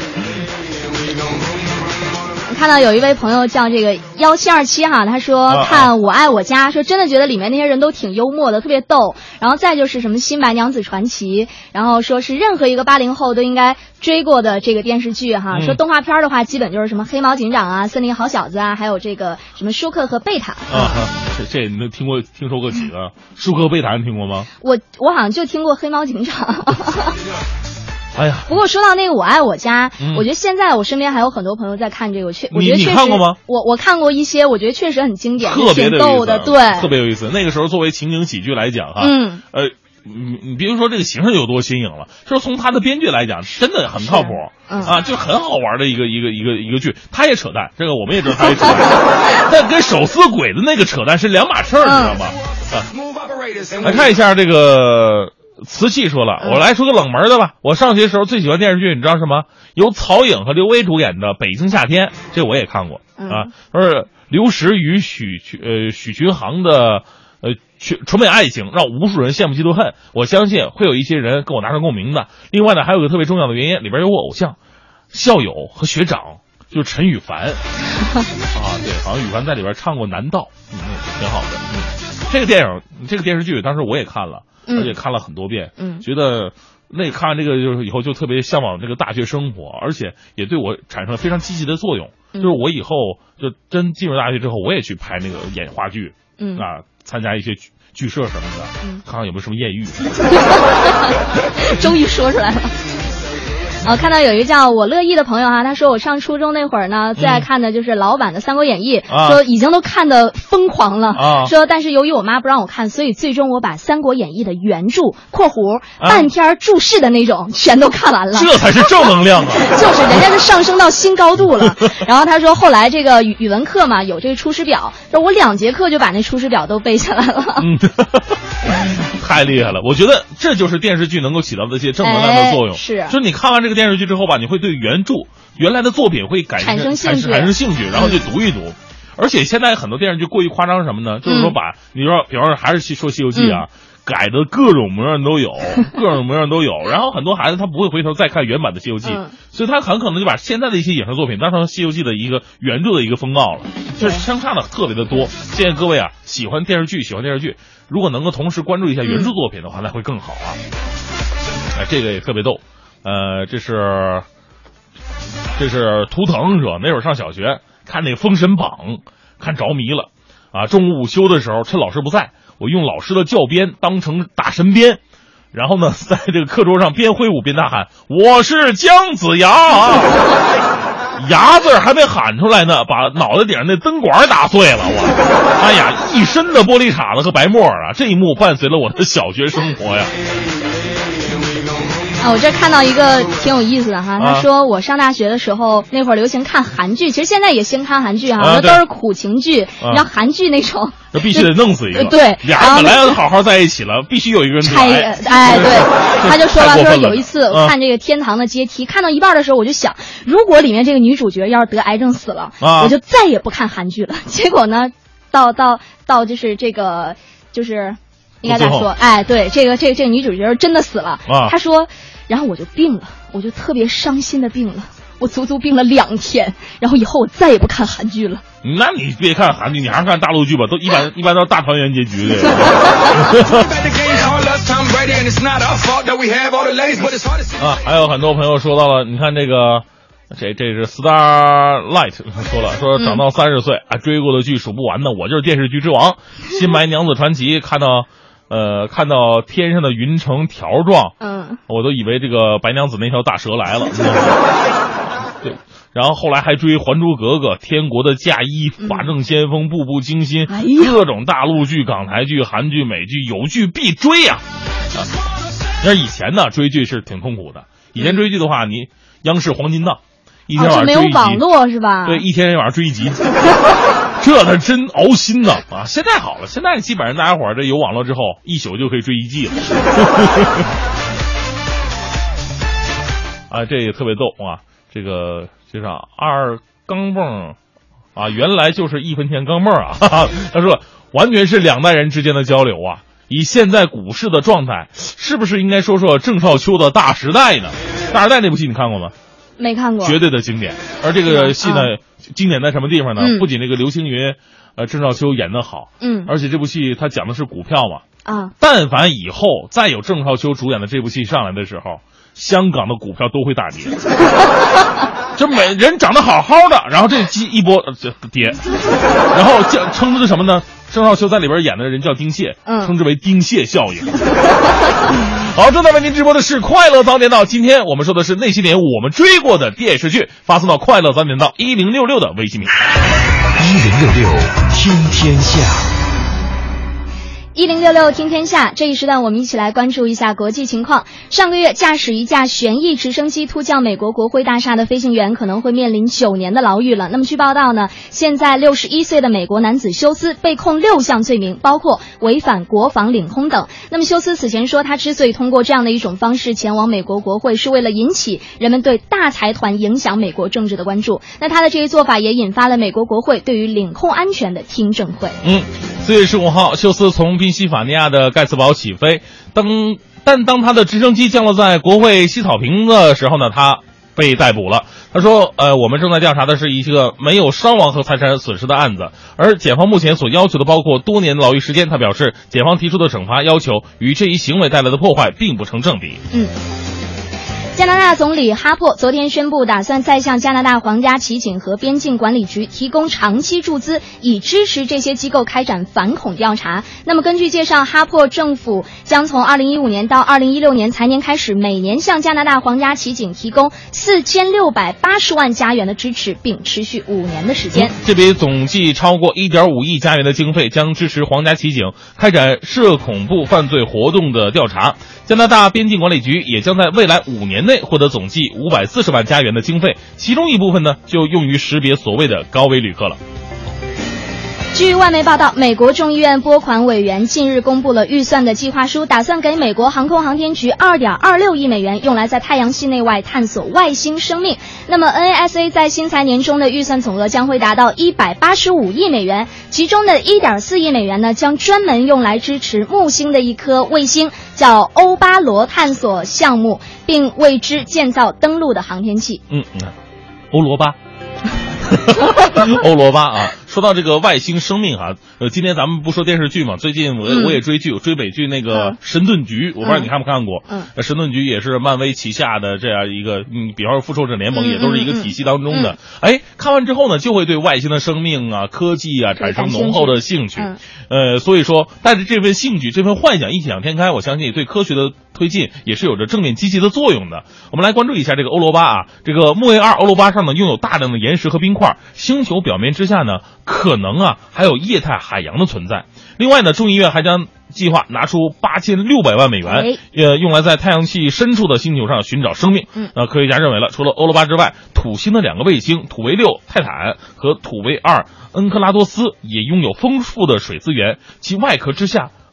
Speaker 4: 看到有一位朋友叫这个幺七二七哈，他说看我爱我家，说真的觉得里面那些人都挺幽默的，特别逗。然后再就是什么新白娘子传奇，然后说是任何一个八零后都应该追过的这个电视剧哈。说动画片的话，基本就是什么黑猫警长啊、森林好小子啊，还有这个什么舒克和贝塔。
Speaker 3: 啊，这这你能听过听说过几个？舒克和贝塔你听过吗？
Speaker 4: 我我好像就听过黑猫警长。
Speaker 3: 哎呀，
Speaker 4: 不过说到那个我爱我家，
Speaker 3: 嗯、
Speaker 4: 我觉得现在我身边还有很多朋友在看这个，确我觉得
Speaker 3: 你
Speaker 4: 确实
Speaker 3: 你看过吗？
Speaker 4: 我我看过一些，我觉得确实很经典，
Speaker 3: 特别
Speaker 4: 挺逗的，对，
Speaker 3: 特别有意思。那个时候作为情景喜剧来讲哈，
Speaker 4: 嗯，
Speaker 3: 呃，你你别说这个形式有多新颖了，就是从他的编剧来讲，真的很靠谱，
Speaker 4: 嗯
Speaker 3: 啊，就很好玩的一个一个一个一个剧。他也扯淡，这个我们也知道他也扯淡，但跟手撕鬼的那个扯淡是两码事儿，
Speaker 4: 嗯、
Speaker 3: 知道吗？啊，来看一下这个。瓷器说了，我来说个冷门的吧。我上学时候最喜欢电视剧，你知道什么？由曹颖和刘威主演的《北京夏天》，这我也看过啊。而刘石与许呃许群航的呃纯美爱情，让无数人羡慕嫉妒恨。我相信会有一些人跟我达成共鸣的。另外呢，还有个特别重要的原因，里边有我偶像、校友和学长，就是陈羽凡啊。对，好像羽凡在里边唱过《南道》，嗯，挺好的。嗯，这个电影，这个电视剧，当时我也看了。而且看了很多遍，
Speaker 4: 嗯，
Speaker 3: 觉得那看完这个就是以后就特别向往这个大学生活，而且也对我产生了非常积极的作用。
Speaker 4: 嗯、
Speaker 3: 就是我以后就真进入大学之后，我也去拍那个演话剧，
Speaker 4: 嗯
Speaker 3: 啊，参加一些剧剧社什么的，
Speaker 4: 嗯，
Speaker 3: 看看有没有什么艳遇。
Speaker 4: 终于说出来了。哦，看到有一个叫我乐意的朋友哈，他说我上初中那会儿呢，最爱看的就是老版的《三国演义》，
Speaker 3: 嗯，
Speaker 4: 说已经都看得疯狂了，
Speaker 3: 啊，
Speaker 4: 说但是由于我妈不让我看，所以最终我把《三国演义》的原著（括弧半篇注释的那种）全都看完了。
Speaker 3: 这才是正能量啊！
Speaker 4: 就是人家是上升到新高度了。然后他说后来这个语语文课嘛，有这个出师表，说我两节课就把那出师表都背下来了。
Speaker 3: 嗯，太厉害了！我觉得这就是电视剧能够起到的一些正能量的作用。
Speaker 4: 哎、是，
Speaker 3: 就是你看完这个电视剧之后吧，你会对原著原来的作品会感
Speaker 4: 产生兴趣，
Speaker 3: 产生兴趣，然后去读一读。嗯、而且现在很多电视剧过于夸张什么呢？就是说把、嗯、你说，比方说还是说《西游记》啊。嗯，改的各种模样都有，各种模样都有。然后很多孩子他不会回头再看原版的《西游记》，
Speaker 4: 嗯，
Speaker 3: 所以他很可能就把现在的一些影视作品当成《西游记》的一个原著的一个风貌了，这相差的特别的多。建议各位啊，喜欢电视剧，喜欢电视剧，如果能够同时关注一下原著作品的话，嗯、那会更好啊。哎，这个也特别逗。呃，这是这是图腾说，那会儿上小学看那个《封神榜》，看着迷了啊。中午午休的时候，趁老师不在，我用老师的教鞭当成打神鞭，然后呢，在这个课桌上边挥舞边大喊：“我是姜子牙！”牙字还没喊出来呢，把脑袋顶上那灯管打碎了。我，哎呀，一身的玻璃碴子和白沫啊！这一幕伴随了我的小学生活呀。
Speaker 4: 啊，我这看到一个挺有意思的哈，他说我上大学的时候那会儿流行看韩剧，其实现在也兴看韩剧哈，那、啊、都是苦情剧，
Speaker 3: 啊、
Speaker 4: 你知道韩剧那种，
Speaker 3: 那必须得弄死一个，
Speaker 4: 对，
Speaker 3: 俩人本来要好好在一起了，必须有一个人
Speaker 4: 拆，哎，对，他就说了，说有一次我看这个《天堂的阶梯》，啊、看到一半的时候我就想，如果里面这个女主角要是得癌症死了，
Speaker 3: 啊、
Speaker 4: 我就再也不看韩剧了。结果呢？ 到到到就是这个就是应该咋说？哎，对，这个这个这个女主角真的死了。
Speaker 3: 啊，
Speaker 4: 她说，然后我就病了，我就特别伤心的病了。我足足病了两天，然后以后我再也不看韩剧了。
Speaker 3: 那你别看韩剧，你还是看大陆剧吧，都一般一般都是大团圆结局的。啊，还有很多朋友说到了，你看这个，这这是 Starlight 说了，说长到三十岁啊，追过的剧数不完的，我就是电视剧之王。新白娘子传奇看到。呃，看到天上的云呈条状，
Speaker 4: 嗯，
Speaker 3: 我都以为这个白娘子那条大蛇来了。对，然后后来还追《还珠格格》《天国的嫁衣》《法证先锋》《步步惊心》
Speaker 4: 哎呀，
Speaker 3: 各种大陆剧、港台剧、韩剧、美剧，有剧必追呀、啊。那以前呢，追剧是挺痛苦的。以前追剧的话，你央视黄金档，一天晚上追一集，
Speaker 4: 哦，没有网络是吧？
Speaker 3: 对，一天晚上追一集。这他真熬心呐啊！现在好了，现在基本上大家伙儿这有网络之后，一宿就可以追一季了。啊，这也特别逗啊！这个就像二钢镚啊，原来就是一分钱钢镚啊！哈哈，他说完全是两代人之间的交流啊。以现在股市的状态，是不是应该说说郑少秋的《大时代》呢？《大时代》那部戏你看过吗？
Speaker 4: 没看过，
Speaker 3: 绝对的经典。而这个戏呢，
Speaker 4: 嗯、
Speaker 3: 经典在什么地方呢？
Speaker 4: 嗯、
Speaker 3: 不仅这个刘青云、呃郑少秋演得好，
Speaker 4: 嗯，
Speaker 3: 而且这部戏它讲的是股票嘛，
Speaker 4: 啊，
Speaker 3: 但凡以后再有郑少秋主演的这部戏上来的时候，香港的股票都会大跌。这每人长得好好的，然后这鸡一波就跌，然后叫称之什么呢？郑少秋在里边演的人叫丁蟹，
Speaker 4: 嗯，
Speaker 3: 称之为丁蟹效应。好，正在为您直播的是快乐早点到，今天我们说的是那些年我们追过的电视剧，发送到快乐早点到一零六六的微信平台。
Speaker 1: 一零六六听天下。
Speaker 4: 一零六六听天下，这一时段我们一起来关注一下国际情况。上个月，驾驶一架旋翼直升机突降美国国会大厦的飞行员可能会面临九年的牢狱了。那么据报道呢，现在六十一岁的美国男子休斯被控六项罪名，包括违反国防领空等。那么休斯此前说，他之所以通过这样的一种方式前往美国国会，是为了引起人们对大财团影响美国政治的关注。那他的这一做法也引发了美国国会对于领空安全的听证会。
Speaker 3: 嗯，四月十五号，休斯从宾夕法尼亚的盖茨堡起飞，当但当他的直升机降落在国会西草坪的时候呢，他被逮捕了。他说呃，我们正在调查的是一个没有伤亡和财产损失的案子，而检方目前所要求的包括多年牢狱时间。他表示，检方提出的惩罚要求与这一行为带来的破坏并不成正比。
Speaker 4: 嗯。加拿大总理哈珀昨天宣布，打算再向加拿大皇家骑警和边境管理局提供长期注资，以支持这些机构开展反恐调查。那么根据介绍，哈珀政府将从二零一五年到二零一六年财年开始，每年向加拿大皇家骑警提供四千六百八十万加元的支持，并持续五年的时间。
Speaker 3: 嗯、这笔总计超过一点五亿加元的经费将支持皇家骑警开展涉恐怖犯罪活动的调查。加拿大边境管理局也将在未来五年内获得总计五百四十万加元的经费，其中一部分呢就用于识别所谓的高危旅客了。
Speaker 4: 据外媒报道，美国众议院拨款委员近日公布了预算的计划书，打算给美国航空航天局 二点二六亿美元，用来在太阳系内外探索外星生命。那么 N A S A 在新财年中的预算总额将会达到一百八十五亿美元，其中的 一点四亿美元呢将专门用来支持木星的一颗卫星，叫欧巴罗探索项目，并为之建造登陆的航天器。
Speaker 3: 嗯嗯，欧罗巴。欧罗巴啊，说到这个外星生命啊，呃，今天咱们不说电视剧嘛，最近我、嗯、我也追剧，我追美剧那个《神盾局》，我不知道你看没看过。
Speaker 4: 嗯，
Speaker 3: 呃，神盾局也是漫威旗下的这样一个，嗯，比方说复仇者联盟也都是一个体系当中的。
Speaker 4: 嗯嗯
Speaker 3: 嗯、哎，看完之后呢，就会对外星的生命啊、科技啊产生浓厚的兴趣。
Speaker 4: 嗯、
Speaker 3: 呃，所以说带着这份兴趣、这份幻想一想天开，我相信对科学的推进也是有着正面积极的作用的。我们来关注一下这个欧罗巴啊，这个木卫二欧罗巴上呢拥有大量的岩石和冰块，星球表面之下呢可能啊还有液态海洋的存在。另外呢，众议院还将计划拿出八千六百万美元，呃，用来在太阳系深处的星球上寻找生命。
Speaker 4: 嗯，
Speaker 3: 呃，科学家认为了，除了欧罗巴之外，土星的两个卫星土卫六泰坦和土卫二恩克拉多斯也拥有丰富的水资源，其外壳之下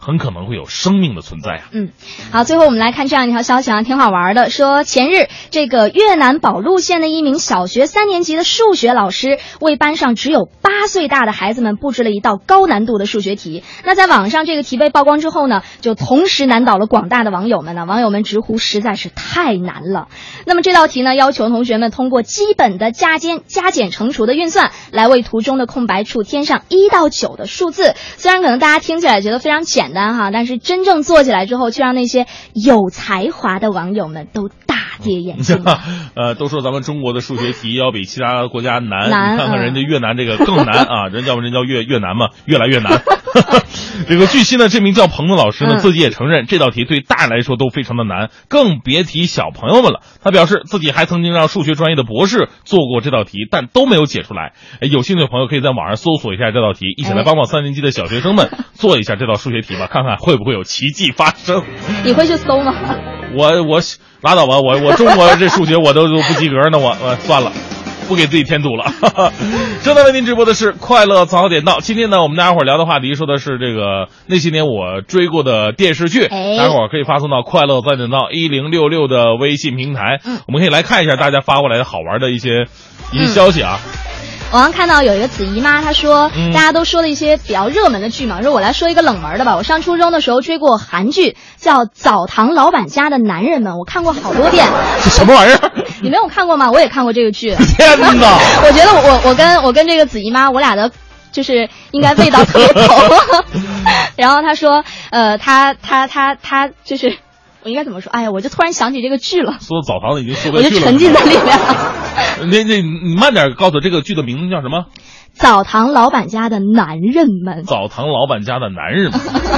Speaker 3: 很可能会有生命的存在啊。
Speaker 4: 嗯，好，最后我们来看这样一条消息啊，挺好玩的，说前日这个越南保路县的一名小学三年级的数学老师为班上只有八岁大的孩子们布置了一道高难度的数学题。那在网上这个题被曝光之后呢，就同时难倒了广大的网友们呢，网友们直呼实在是太难了。那么这道题呢，要求同学们通过基本的加减、加减乘除的运算，来为图中的空白处添上一到九的数字。虽然可能大家听起来觉得非常简单哈，但是真正做起来之后，却让那些有才华的网友们都大跌眼镜。
Speaker 3: 呃，都说咱们中国的数学题要比其他国家难，
Speaker 4: 难
Speaker 3: 你看看人家越南这个更难啊，人要不人叫越越南嘛，越来越难。这个据悉呢，这名叫彭的老师呢，
Speaker 4: 嗯
Speaker 3: 自己也承认这道题对大人来说都非常的难，更别提小朋友们了。他表示自己还曾经让数学专业的博士做过这道题，但都没有解出来。哎，有兴趣的朋友可以在网上搜索一下这道题，一起来帮帮三年级的小学生们做一下这道数学题吧，看看会不会有奇迹发生。
Speaker 4: 你会去搜吗？
Speaker 3: 我我拉倒吧，我我中国这数学我都都不及格呢，我我算了。不给自己添堵了。正在为您直播的是快乐早点到。今天呢，我们大家伙儿聊的话题说的是这个那些年我追过的电视剧，
Speaker 4: 哎、
Speaker 3: 大家伙儿可以发送到快乐早点到一零六六的微信平台，
Speaker 4: 嗯，
Speaker 3: 我们可以来看一下大家发过来的好玩的一些一些消息啊。
Speaker 4: 嗯我刚看到有一个子姨妈，她说、嗯、大家都说了一些比较热门的剧嘛，说我来说一个冷门的吧。我上初中的时候追过韩剧，叫《澡堂老板家的男人们》，我看过好多遍。
Speaker 3: 这什么玩意儿？
Speaker 4: 你没有看过吗？我也看过这个剧。
Speaker 3: 天哪！
Speaker 4: 我觉得我我跟我跟这个子姨妈，我俩的就是应该味道特别投。然后她说，呃，她她她她就是。我应该怎么说？哎呀，我就突然想起这个剧了。
Speaker 3: 说澡堂子已经说不下去了，
Speaker 4: 我就沉浸在里面了。
Speaker 3: 那那你慢点告诉我，这个剧的名字叫什么？
Speaker 4: 澡堂老板家的男人们。
Speaker 3: 澡堂老板家的男人们。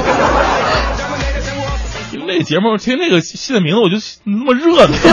Speaker 3: 听这个节目，听这个戏的名字，我就那么热闹。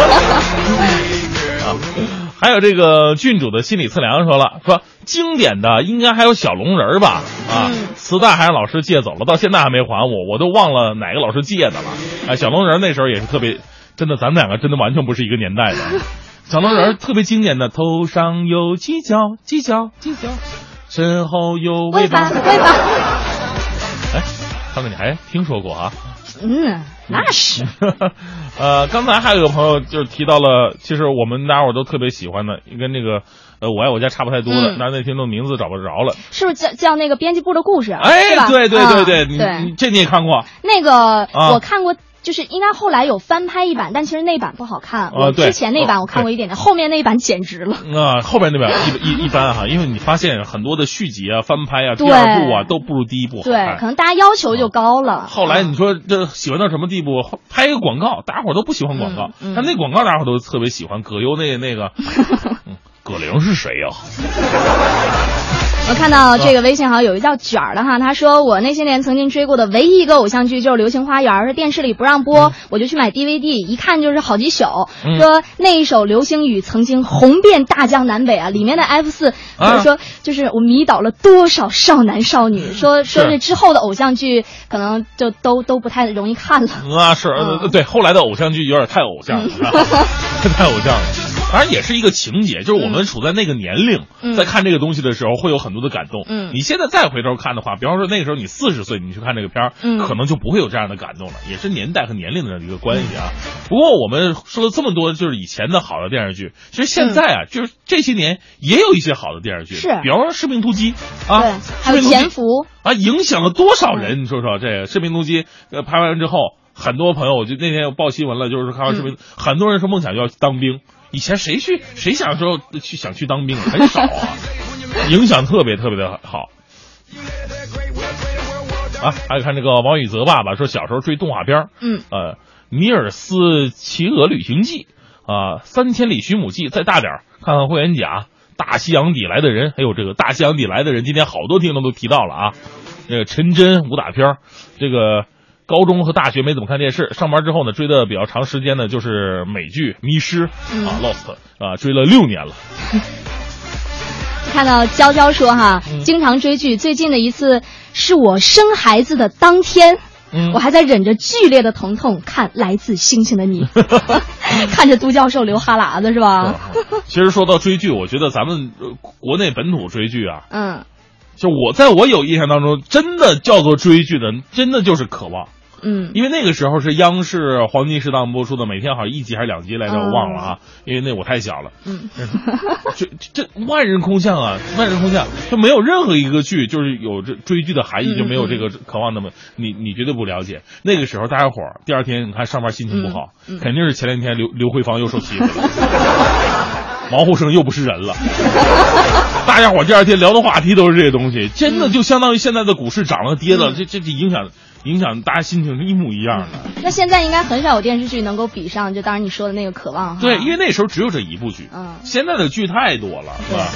Speaker 3: 啊，还有这个郡主的心理测量说了，说经典的应该还有小龙人吧？啊，
Speaker 4: 嗯、
Speaker 3: 磁带还让老师借走了，到现在还没还我，我都忘了哪个老师借的了。哎，小龙人那时候也是特别，真的，咱们两个真的完全不是一个年代的。小龙人特别经典的，头上有犄角，犄角，犄角，身后有尾巴，
Speaker 4: 尾巴。
Speaker 3: 哎，看看你还听说过啊？
Speaker 4: 嗯，那是。
Speaker 3: 呃，刚才还有个朋友就是提到了，其实我们大家伙都特别喜欢的，跟那个呃我爱我家差不太多的，但是那听众名字找不着了，
Speaker 4: 是不是叫叫那个编辑部的故事？
Speaker 3: 哎，对对对对，你
Speaker 4: 对，
Speaker 3: 你这你也看过？
Speaker 4: 那个、啊、我看过。就是应该后来有翻拍一版，但其实那版不好看。
Speaker 3: 啊、
Speaker 4: 我之前那版我看过一点点，后面那版简直了。
Speaker 3: 啊，后边那版一一一般哈，因为你发现很多的续集啊、翻拍啊、第二部啊都不如第一部好看。
Speaker 4: 对，可能大家要求就高了。
Speaker 3: 啊、后来你说这喜欢到什么地步？拍一个广告，大家伙都不喜欢广告，
Speaker 4: 嗯嗯、
Speaker 3: 但那广告大家伙都特别喜欢。葛优那那个，嗯、葛玲是谁呀、啊？
Speaker 4: 我看到这个微信好像有一叫卷儿的哈，他说我那些年曾经追过的唯一一个偶像剧就是《流星花园》，是电视里不让播、嗯，我就去买 D V D， 一看就是好几宿。嗯、说那一首《流星雨》曾经红遍大江南北啊，里面的 F 四或者说就是我迷倒了多少少男少女。啊、说说这之后的偶像剧可能就都都不太容易看了。
Speaker 3: 啊，是，嗯、对，后来的偶像剧有点太偶像了，嗯、太偶像了。当然也是一个情节，就是我们处在那个年龄，嗯、在看这个东西的时候会有很多的感动。嗯，你现在再回头看的话，比方说那个时候你四十岁，你去看这个片儿，嗯，可能就不会有这样的感动了，也是年代和年龄的一个关系啊。嗯、不过我们说了这么多，就是以前的好的电视剧，其实现在啊，嗯、就是这些年也有一些好的电视剧，
Speaker 4: 是，
Speaker 3: 比方说《士兵突击》啊，
Speaker 4: 对，还有《潜伏》
Speaker 3: 啊，影响了多少人？嗯、你说说这个《士兵突击》呃拍完之后，很多朋友，我就那天报新闻了，就是看完视频，嗯、很多人说梦想就要当兵。以前谁去谁想说去想去当兵很少啊，影响特别特别的好啊。还有看这个王宇泽爸爸说小时候追动画片，
Speaker 4: 嗯，
Speaker 3: 呃，尼尔斯骑鹅旅行记啊，三千里寻母记，再大点看看霍元甲，大西洋底来的人，还有这个大西洋底来的人，今天好多听众都提到了啊。这个陈真武打片，这个。高中和大学没怎么看电视，上班之后呢，追的比较长时间的就是美剧《迷失》嗯、啊 ，Lost 啊，追了六年了。
Speaker 4: 看到娇娇说哈，嗯、经常追剧，最近的一次是我生孩子的当天，嗯、我还在忍着剧烈的疼痛看《来自星星的你》，看着都教授流哈喇子是吧？
Speaker 3: 其实说到追剧，我觉得咱们国内本土追剧啊，
Speaker 4: 嗯。
Speaker 3: 就我在我有印象当中，真的叫做追剧的，真的就是渴望。
Speaker 4: 嗯，
Speaker 3: 因为那个时候是央视黄金时档播出的，每天好像一集还是两集来着，我忘了啊，因为那我太小了。
Speaker 4: 嗯，
Speaker 3: 这这万人空巷啊，万人空巷，就没有任何一个剧就是有这追剧的含义，就没有这个渴望那么，你你绝对不了解。那个时候大家伙儿第二天你看上班心情不好，
Speaker 4: 嗯嗯、
Speaker 3: 肯定是前两天刘刘慧芳又受欺负了，王沪生又不是人了。大家伙儿第二天聊的话题都是这些东西，真的就相当于现在的股市涨了跌了，嗯、这这这影响。影响大家心情是一模一样的。
Speaker 4: 那现在应该很少有电视剧能够比上，就当然你说的那个《渴望》哈。
Speaker 3: 对，因为那时候只有这一部剧，
Speaker 4: 嗯，
Speaker 3: 现在的剧太多了，是吧？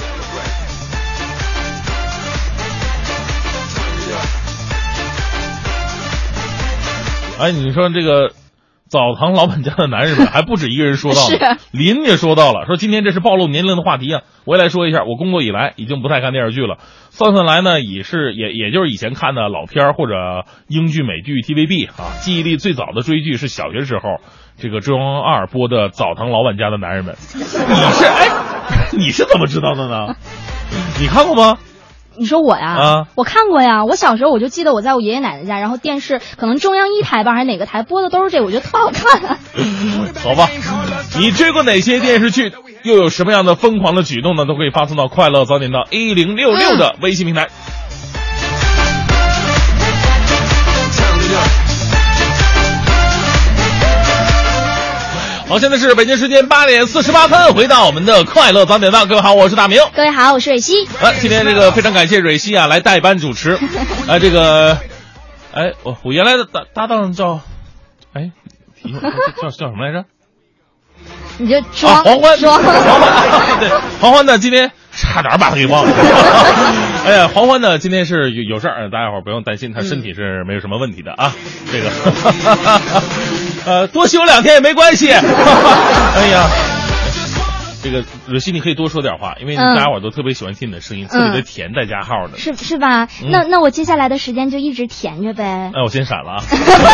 Speaker 3: 哎，你说这个澡堂老板家的男人们还不止一个人说到了，林也说到了，说今天这是暴露年龄的话题啊。我也来说一下，我工作以来已经不太看电视剧了，算算来呢，也是也也就是以前看的老片或者英剧、美剧 T V B 啊。记忆力最早的追剧是小学时候这个中央二播的《澡堂老板家的男人们》。你是哎，你是怎么知道的呢？你看过吗？
Speaker 4: 你说我呀？
Speaker 3: 啊，
Speaker 4: 我看过呀。我小时候我就记得我在我爷爷奶奶家，然后电视可能中央一台吧，还是哪个台播的都是这，我觉得特好看。
Speaker 3: 好吧，你追过哪些电视剧？又有什么样的疯狂的举动呢？都可以发送到快乐早点到一零六六的微信平台。好，现在是北京时间八点四十八分，回到我们的快乐早点到。各位好，我是大明。
Speaker 4: 各位好，我是蕊希。
Speaker 3: 啊，今天这个非常感谢蕊希啊来代班主持。啊，这个，哎，我我原来的搭搭档叫，哎，叫叫什么来着？
Speaker 4: 你就装、
Speaker 3: 啊、黄欢，
Speaker 4: 装
Speaker 3: 黄欢，对，黄欢呢今天差点把他给忘了。哎呀，黄欢呢今天是有有事儿，大家伙不用担心，他身体是没有什么问题的啊。嗯、这个，呃，多休两天也没关系。哎呀，这个蕊希你可以多说点话，因为大家伙都特别喜欢听你的声音，嗯、特别的甜带加号的，
Speaker 4: 是是吧？嗯、那那我接下来的时间就一直甜着呗。
Speaker 3: 哎，我先闪了啊。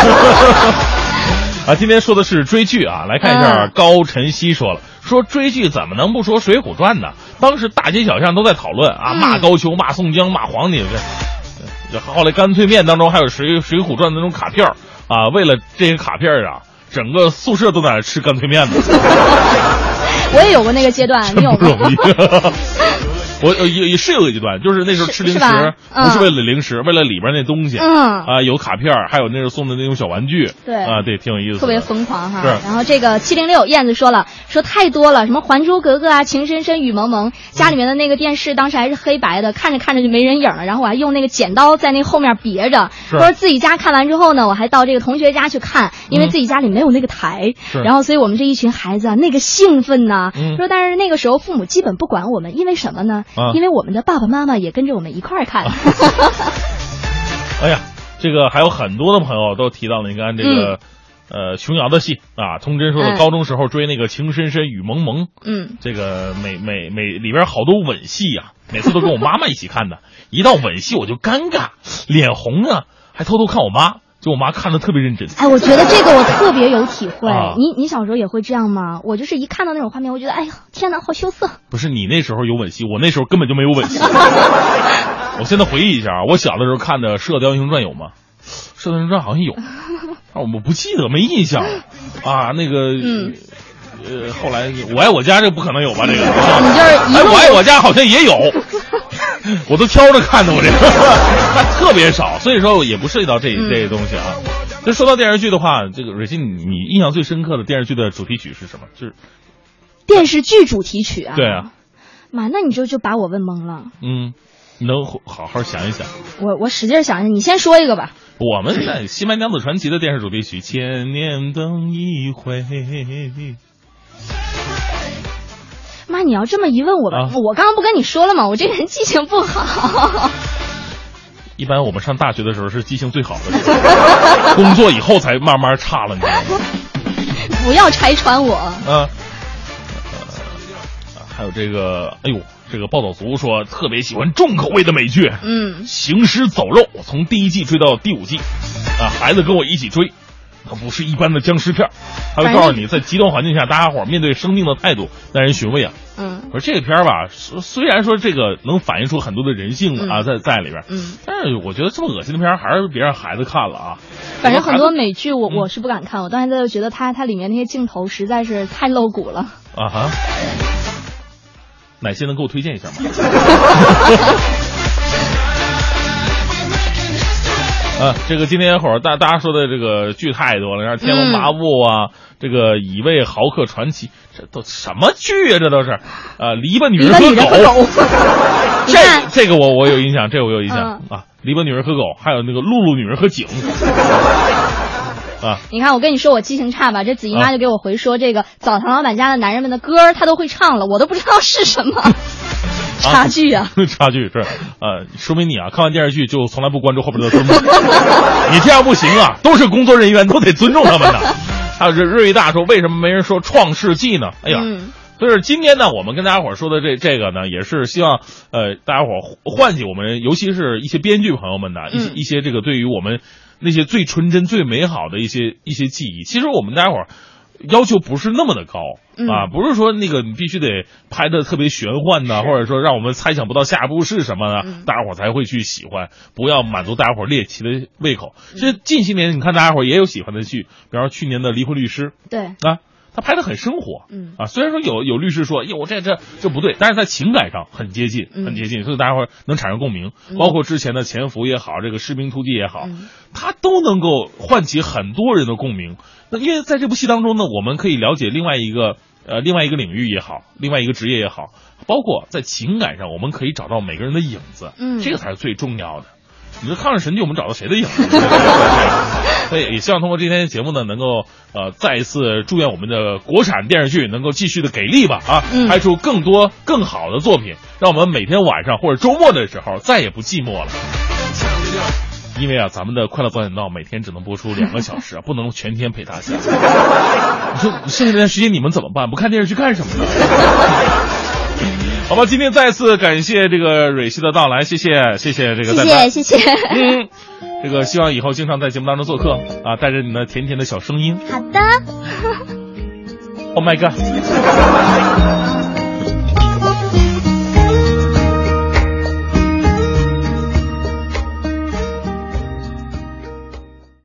Speaker 3: 啊，今天说的是追剧啊，来看一下高晨曦说了，说追剧怎么能不说《水浒传》呢？当时大街小巷都在讨论啊，骂高俅、骂宋江、骂皇帝。这后来干脆面当中还有水《水浒传》的那种卡片啊，为了这些卡片啊，整个宿舍都在那吃干脆面呢。
Speaker 4: 我也有过那个阶段，你有吗？
Speaker 3: 我也也是有个阶段，就是那时候吃零食，
Speaker 4: 嗯、
Speaker 3: 不是为了零食，为了里边那东西，
Speaker 4: 嗯
Speaker 3: 啊，有卡片，还有那时候送的那种小玩具，
Speaker 4: 对
Speaker 3: 啊，对，挺有意思的，
Speaker 4: 特别疯狂哈。
Speaker 3: 是。
Speaker 4: 然后这个七零六燕子说了，说太多了，什么《还珠格格》啊，《情深深雨蒙蒙》，家里面的那个电视当时还是黑白的，看着看着就没人影了，然后我还用那个剪刀在那后面别着。说自己家看完之后呢，我还到这个同学家去看，因为自己家里没有那个台，
Speaker 3: 嗯、
Speaker 4: 然后所以我们这一群孩子啊，那个兴奋呐、
Speaker 3: 嗯。
Speaker 4: 说但是那个时候父母基本不管我们，因为什么呢？
Speaker 3: 啊、
Speaker 4: 因为我们的爸爸妈妈也跟着我们一块儿看。
Speaker 3: 哎呀，这个还有很多的朋友都提到了，你看这个、嗯、呃琼瑶的戏啊，童真说的高中时候追那个情深深雨蒙蒙，
Speaker 4: 嗯，
Speaker 3: 这个每每每里边好多吻戏呀、啊，每次都跟我妈妈一起看的，一到吻戏我就尴尬，脸红啊，还偷偷看我妈。就我妈看得特别认真。
Speaker 4: 哎，我觉得这个我特别有体会。
Speaker 3: 啊、
Speaker 4: 你你小时候也会这样吗？我就是一看到那种画面，我觉得哎呀，天哪，好羞涩。
Speaker 3: 不是你那时候有吻戏，我那时候根本就没有吻戏。我现在回忆一下啊，我小的时候看的《射雕英雄传》有吗？《射雕英雄传》好像有，啊，我不记得，没印象啊。那个，
Speaker 4: 嗯，
Speaker 3: 呃，后来我爱我家这不可能有吧？这个，
Speaker 4: 你就是一
Speaker 3: 哎，我爱我家好像也有。我都挑着看的，我这个看特别少，所以说也不涉及到这这些东西啊。就说到电视剧的话，这个蕊希，你你印象最深刻的电视剧的主题曲是什么？就是
Speaker 4: 电视剧主题曲啊。
Speaker 3: 对啊。
Speaker 4: 妈，那你就就把我问懵了。
Speaker 3: 嗯，你能好好想一想。
Speaker 4: 我我使劲想一想，你先说一个吧。
Speaker 3: 我们在《新白娘子传奇》的电视主题曲《千年等一回》。
Speaker 4: 妈，你要这么一问我吧，啊、我刚刚不跟你说了吗？我这个人记性不好。
Speaker 3: 一般我们上大学的时候是记性最好的时候，工作以后才慢慢差了，你知道吗？
Speaker 4: 不要拆穿我。
Speaker 3: 啊、呃，还有这个，哎呦，这个暴走族说特别喜欢重口味的美剧，
Speaker 4: 嗯，
Speaker 3: 行尸走肉，我从第一季追到第五季，啊，孩子跟我一起追，它不是一般的僵尸片。 他会告诉你在极端环境下大家伙面对生命的态度耐人寻味啊。
Speaker 4: 嗯，
Speaker 3: 可是这个片儿吧，虽然说这个能反映出很多的人性啊，
Speaker 4: 嗯、
Speaker 3: 在在里边，
Speaker 4: 嗯，
Speaker 3: 但是我觉得这么恶心的片儿还是别让孩子看了啊。
Speaker 4: 反正很多美剧我、
Speaker 3: 嗯、
Speaker 4: 我是不敢看，我到现在就觉得它它里面那些镜头实在是太露骨了。
Speaker 3: 啊哈，哪些能给我推荐一下吗？啊，这个今天会儿大大家说的这个剧太多了，像《天龙八部》啊，嗯、这个《乙未豪客传奇》，这都什么剧啊？这都是，呃，篱笆女人和狗。这这个我我有印象，这个我有印象、嗯、啊，篱笆女人和狗，还有那个露露女人和井。啊！
Speaker 4: 你看，我跟你说，我记性差吧？这子怡妈就给我回说，这个澡堂老板家的男人们的歌，她都会唱了，我都不知道是什么。差距啊！
Speaker 3: 差距是，呃，说明你啊，看完电视剧就从来不关注后边的字幕。你这样不行啊！都是工作人员，都得尊重他们的。还有这瑞大说，为什么没人说《创世纪》呢？哎呀，
Speaker 4: 嗯、
Speaker 3: 所以说今天呢，我们跟大家伙说的这这个呢，也是希望呃大家伙唤起我们，尤其是一些编剧朋友们的一些、嗯、一些这个对于我们那些最纯真、最美好的一些一些记忆。其实我们大家伙要求不是那么的高。
Speaker 4: 嗯、
Speaker 3: 啊，不是说那个你必须得拍的特别玄幻呢，或者说让我们猜想不到下一步是什么呢，
Speaker 4: 嗯、
Speaker 3: 大家伙才会去喜欢，不要满足大家伙猎奇的胃口。其实近些年你看大家伙也有喜欢的剧，比方说去年的《离婚律师》，
Speaker 4: 对
Speaker 3: 啊，他拍的很生活，
Speaker 4: 嗯
Speaker 3: 啊，虽然说有有律师说，哟，这这这不对，但是在情感上很接近，很接近，
Speaker 4: 嗯、
Speaker 3: 所以大家伙能产生共鸣。
Speaker 4: 嗯、
Speaker 3: 包括之前的《潜伏》也好，这个《士兵突击》也好，
Speaker 4: 嗯、
Speaker 3: 它都能够唤起很多人的共鸣。那因为在这部戏当中呢，我们可以了解另外一个。呃，另外一个领域也好，另外一个职业也好，包括在情感上，我们可以找到每个人的影子，
Speaker 4: 嗯，
Speaker 3: 这个才是最重要的。你说《抗日神剧》，我们找到谁的影子？所以也希望通过今天的节目呢，能够呃再一次祝愿我们的国产电视剧能够继续的给力吧啊，
Speaker 4: 嗯、
Speaker 3: 拍出更多更好的作品，让我们每天晚上或者周末的时候再也不寂寞了。因为啊，咱们的快乐早点到每天只能播出两个小时啊，不能全天陪大家。你说剩下的时间你们怎么办？不看电视剧干什么呢？好吧，今天再次感谢这个蕊希的到来，谢谢谢谢这个
Speaker 4: 谢谢谢谢。
Speaker 3: 嗯，这个希望以后经常在节目当中做客啊，带着你的甜甜的小声音。
Speaker 4: 好的。
Speaker 3: Oh my god。